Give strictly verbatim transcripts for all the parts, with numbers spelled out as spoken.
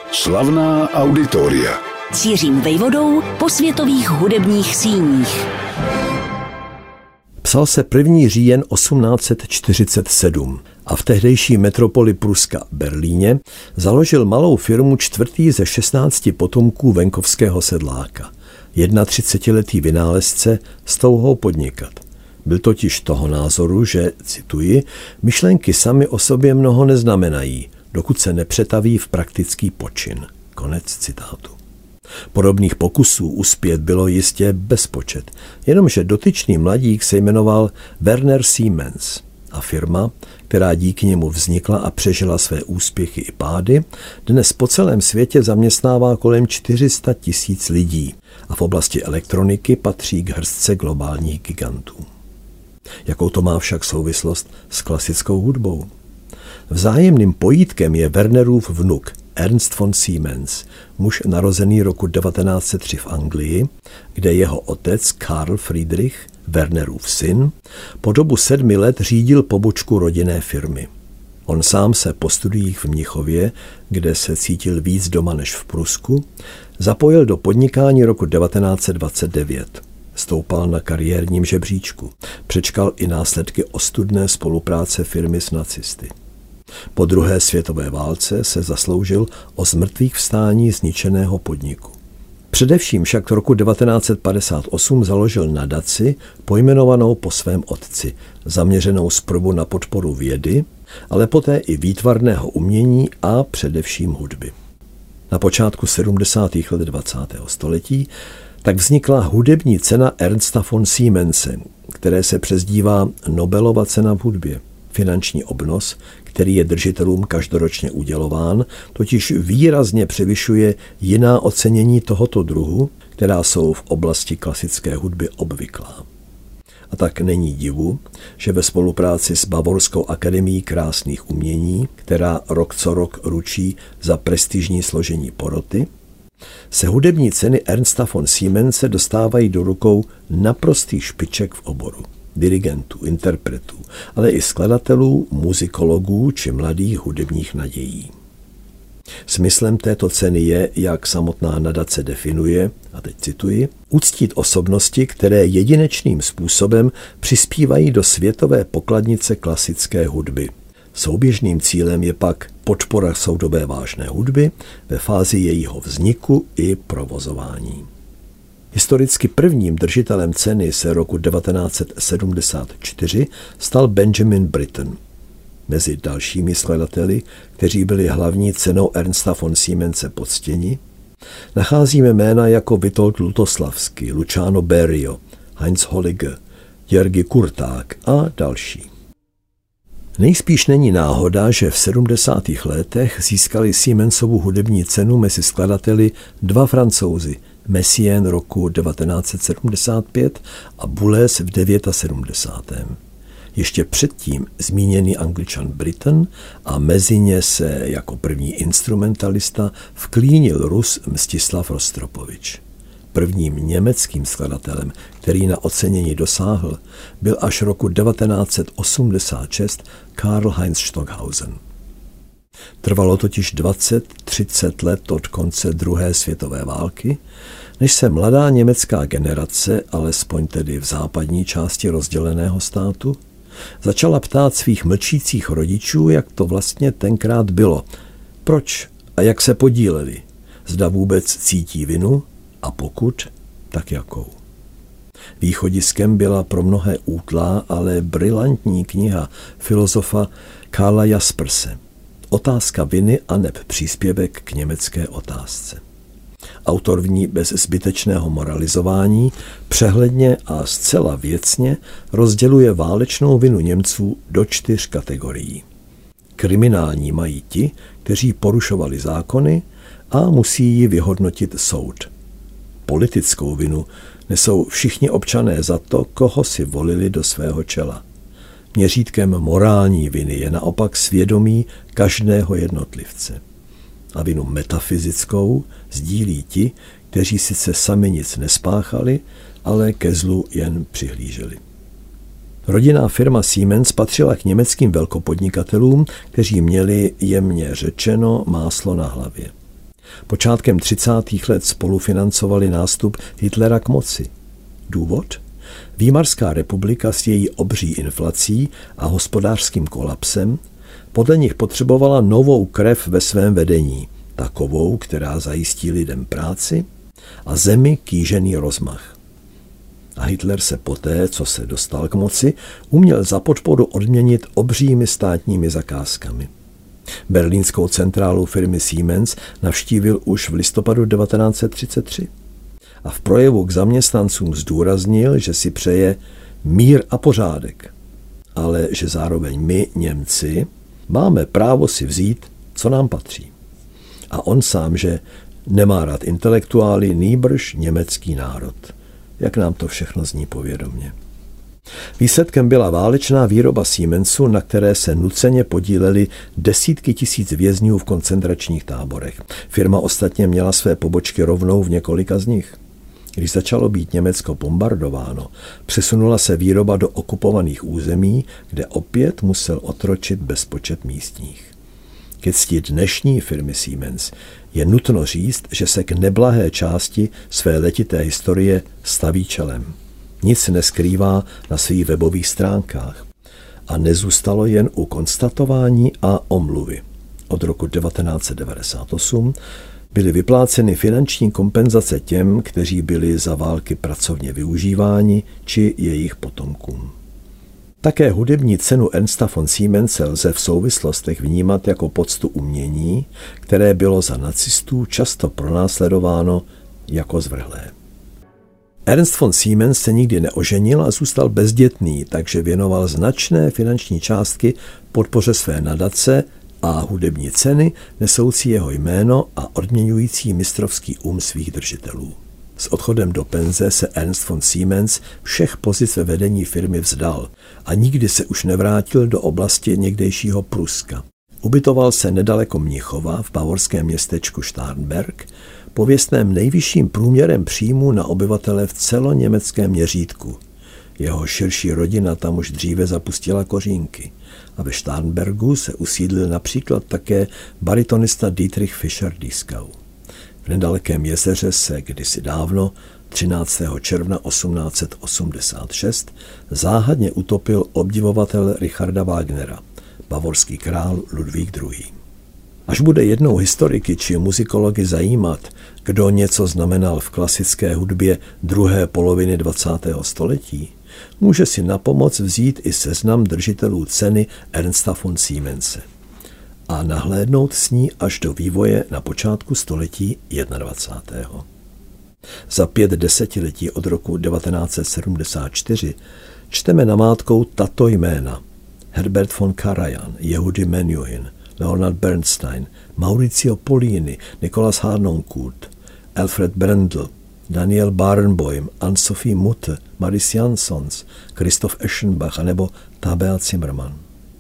Slavná auditoria. Cířím vejvodou po světových hudebních síních. Psal se první říjen osmnáct set čtyřicet sedm a v tehdejší metropoli Pruska Berlíně založil malou firmu čtvrtý ze šestnácti potomků venkovského sedláka. třicetiletý vynálezce s touhou podnikat. Byl totiž toho názoru, že, cituji, myšlenky samy o sobě mnoho neznamenají, dokud se nepřetaví v praktický počin. Konec citátu. Podobných pokusů uspět bylo jistě bezpočet, jenomže dotyčný mladík se jmenoval Werner Siemens a firma, která díky němu vznikla a přežila své úspěchy i pády, dnes po celém světě zaměstnává kolem čtyři sta tisíc lidí a v oblasti elektroniky patří k hrstce globálních gigantů. Jakou to má však souvislost s klasickou hudbou? Vzájemným pojítkem je Wernerův vnuk Ernst von Siemens, muž narozený roku devatenáct set tři v Anglii, kde jeho otec Karl Friedrich, Wernerův syn, po dobu sedmi let řídil pobočku rodinné firmy. On sám se po studiích v Mnichově, kde se cítil víc doma než v Prusku, zapojil do podnikání roku devatenáct set dvacet devět. Stoupal na kariérním žebříčku. Přečkal i následky ostudné spolupráce firmy s nacisty. Po druhé světové válce se zasloužil o zmrtvých vstání zničeného podniku. Především však v roku devatenáct set padesát osm založil nadaci pojmenovanou po svém otci, zaměřenou zprvu na podporu vědy, ale poté i výtvarného umění a především hudby. Na počátku sedmdesátých let dvacátého století tak vznikla hudební cena Ernsta von Siemense, které se přezdívá Nobelova cena v hudbě. Finanční obnos, který je držitelům každoročně udělován, totiž výrazně převyšuje jiná ocenění tohoto druhu, která jsou v oblasti klasické hudby obvyklá. A tak není divu, že ve spolupráci s Bavorskou akademií krásných umění, která rok co rok ručí za prestižní složení poroty, se hudební ceny Ernsta von Siemense dostávají do rukou naprostých špiček v oboru. Dirigentů, interpretů, ale i skladatelů, muzikologů či mladých hudebních nadějí. Smyslem této ceny je, jak samotná nadace definuje, a teď cituji, uctít osobnosti, které jedinečným způsobem přispívají do světové pokladnice klasické hudby. Souběžným cílem je pak podpora soudobé vážné hudby ve fázi jejího vzniku i provozování. Historicky prvním držitelem ceny se roku devatenáct set sedmdesát čtyři stal Benjamin Britten. Mezi dalšími skladateli, kteří byli hlavní cenou Ernsta von Siemense poctěni, nacházíme jména jako Witold Lutoslavský, Luciano Berio, Heinz Holliger, Jirgi Kurták a další. Nejspíš není náhoda, že v sedmdesátých letech získali Siemensovu hudební cenu mezi skladateli dva Francouzi, Messiaen roku devatenáct set sedmdesát pět a Boulez v sedmdesátém devátém Ještě předtím zmíněný Angličan Britten a mezi ně se jako první instrumentalista vklínil Rus Mstislav Rostropovič. Prvním německým skladatelem, který na ocenění dosáhl, byl až roku devatenáct set osmdesát šest Karl Heinz Stockhausen. Trvalo totiž dvacet třicet let od konce druhé světové války, než se mladá německá generace, alespoň tedy v západní části rozděleného státu, začala ptát svých mlčících rodičů, jak to vlastně tenkrát bylo, proč a jak se podíleli, zda vůbec cítí vinu a pokud, tak jakou. Východiskem byla pro mnohé útlá, ale brilantní kniha filozofa Karla Jasperse Otázka viny aneb příspěvek k německé otázce. Autor v ní bez zbytečného moralizování přehledně a zcela věcně rozděluje válečnou vinu Němců do čtyř kategorií. Kriminální mají ti, kteří porušovali zákony a musí ji vyhodnotit soud. Politickou vinu nesou všichni občané za to, koho si volili do svého čela. Měřítkem morální viny je naopak svědomí každého jednotlivce. A vinu metafyzickou sdílí ti, kteří sice sami nic nespáchali, ale ke zlu jen přihlíželi. Rodinná firma Siemens patřila k německým velkopodnikatelům, kteří měli jemně řečeno máslo na hlavě. Počátkem třicátých let spolufinancovali nástup Hitlera k moci. Důvod? Výmarská republika s její obří inflací a hospodářským kolapsem podle nich potřebovala novou krev ve svém vedení, takovou, která zajistí lidem práci a zemi kýžený rozmach. A Hitler se poté, co se dostal k moci, uměl za podporu odměnit obřími státními zakázkami. Berlínskou centrálu firmy Siemens navštívil už v listopadu devatenáct set třicet tři a v projevu k zaměstnancům zdůraznil, že si přeje mír a pořádek, ale že zároveň my, Němci, máme právo si vzít, co nám patří. A on sám, že nemá rád intelektuály, nýbrž německý národ. Jak nám to všechno zní povědomě. Výsledkem byla válečná výroba Siemensu, na které se nuceně podílely desítky tisíc vězňů v koncentračních táborech. Firma ostatně měla své pobočky rovnou v několika z nich. Když začalo být Německo bombardováno, přesunula se výroba do okupovaných území, kde opět musel otročit bezpočet místních. Ke cti dnešní firmy Siemens je nutno říct, že se k neblahé části své letité historie staví čelem. Nic neskrývá na svých webových stránkách. A nezůstalo jen u konstatování a omluvy. Od roku devatenáct set devadesát osm byly vypláceny finanční kompenzace těm, kteří byli za války pracovně využíváni, či jejich potomkům. Také hudební cenu Ernsta von Siemense lze v souvislostech vnímat jako poctu umění, které bylo za nacistů často pronásledováno jako zvrhlé. Ernst von Siemens se nikdy neoženil a zůstal bezdětný, takže věnoval značné finanční částky podpoře své nadace a hudební ceny nesoucí jeho jméno a odměňující mistrovský um svých držitelů. S odchodem do penze se Ernst von Siemens všech pozic ve vedení firmy vzdal a nikdy se už nevrátil do oblasti někdejšího Pruska. Ubytoval se nedaleko Mnichova v bavorském městečku Starnberg, pověstném nejvyšším průměrem příjmu na obyvatele v celoněmeckém měřítku. Jeho širší rodina tam už dříve zapustila kořínky a ve Starnbergu se usídlil například také baritonista Dietrich Fischer-Dieskau. V nedalekém jezeře se kdysi dávno, třináctého června osmnáct set osmdesát šest, záhadně utopil obdivovatel Richarda Wagnera, bavorský král Ludvík druhý. Až bude jednou historiky či muzikology zajímat, kdo něco znamenal v klasické hudbě druhé poloviny dvacátého století, může si na pomoc vzít i seznam držitelů ceny Ernsta von Siemense a nahlédnout s ní až do vývoje na počátku století dvacátého prvního. Za pět desetiletí od roku devatenáct set sedmdesát čtyři čteme namátkou tato jména: Herbert von Karajan, Yehudi Menuhin, Leonard Bernstein, Maurizio Pollini, Nikolaus Harnoncourt, Alfred Brendel, Daniel Barenboim, Anne-Sophie Mutter, Maris Jansons, Christoph Eschenbach nebo Tabea Zimmermann.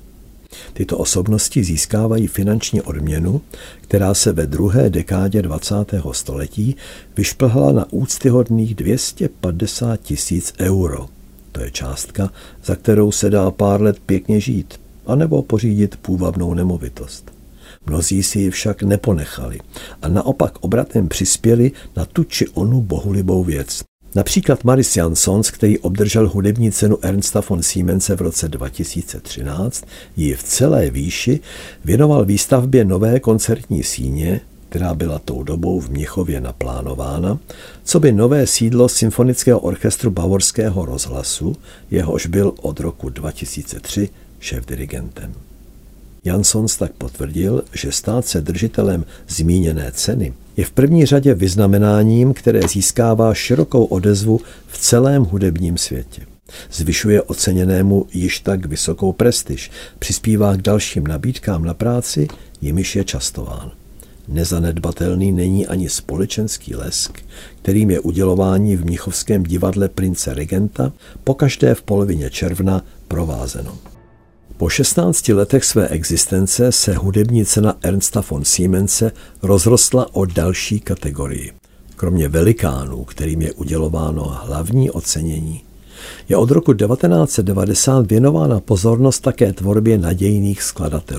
Tyto osobnosti získávají finanční odměnu, která se ve druhé dekádě dvacátého století vyšplhla na úctyhodných dvě stě padesát tisíc euro. To je částka, za kterou se dá pár let pěkně žít, anebo pořídit půvabnou nemovitost. Mnozí si ji však neponechali a naopak obratem přispěli na tu či onu bohulibou věc. Například Maris Jansons, který obdržel hudební cenu Ernsta von Siemense v roce dva tisíce třináct, ji v celé výši věnoval výstavbě nové koncertní síně, která byla tou dobou v Mnichově naplánována, co by nové sídlo Symfonického orchestru Bavorského rozhlasu, jehož byl od roku dva tisíce tři šéfdirigentem. Jansons tak potvrdil, že stát se držitelem zmíněné ceny je v první řadě vyznamenáním, které získává širokou odezvu v celém hudebním světě. Zvyšuje oceněnému již tak vysokou prestiž, přispívá k dalším nabídkám na práci, jimiž je častován. Nezanedbatelný není ani společenský lesk, kterým je udělování v Mnichovském divadle Prince Regenta pokaždé v polovině června provázeno. Po šestnácti letech své existence se hudební cena Ernsta von Siemense rozrostla o další kategorii. Kromě velikánů, kterým je udělováno hlavní ocenění, je od roku devatenáct set devadesát věnována pozornost také tvorbě nadějných skladatelů.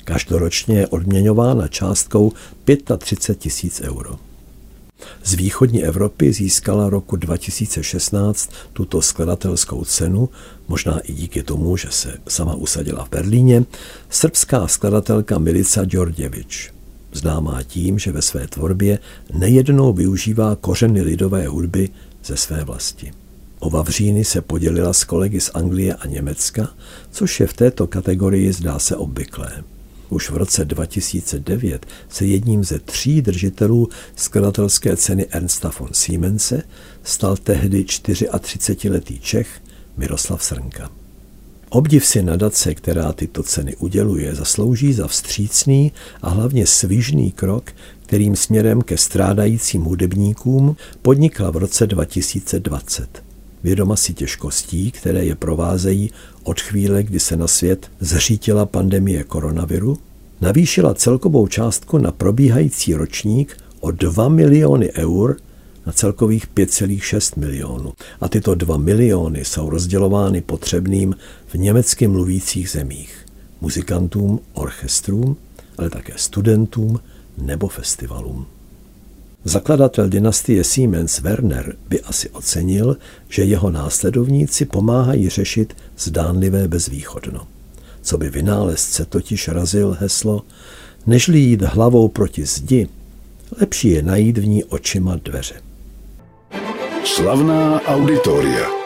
Každoročně je odměňována částkou třicet pět tisíc euro. Z východní Evropy získala roku dva tisíce šestnáct tuto skladatelskou cenu, možná i díky tomu, že se sama usadila v Berlíně, srbská skladatelka Milica Đorđević, známá tím, že ve své tvorbě nejednou využívá kořeny lidové hudby ze své vlasti. O Vavříny se podělila s kolegy z Anglie a Německa, což je v této kategorii zdá se obvyklé. Už v roce dva tisíce devět se jedním ze tří držitelů skladatelské ceny Ernsta von Siemense stal tehdy třiatřicetiletý Čech Miroslav Srnka. Obdiv si nadace, která tyto ceny uděluje, zaslouží za vstřícný a hlavně svižný krok, kterým směrem ke strádajícím hudebníkům podnikla v roce dva tisíce dvacet. Vědoma si těžkostí, které je provázejí od chvíle, kdy se na svět zřítila pandemie koronaviru, navýšila celkovou částku na probíhající ročník o dva miliony eur na celkových pět celá šest milionů. A tyto dva miliony jsou rozdělovány potřebným v německy mluvících zemích. Muzikantům, orchestrům, ale také studentům nebo festivalům. Zakladatel dynastie Siemens Werner by asi ocenil, že jeho následovníci pomáhají řešit zdánlivé bezvýchodno. Co by vynálezce totiž razil heslo, nežli jít hlavou proti zdi, lepší je najít v ní očima dveře. Slavná auditoria.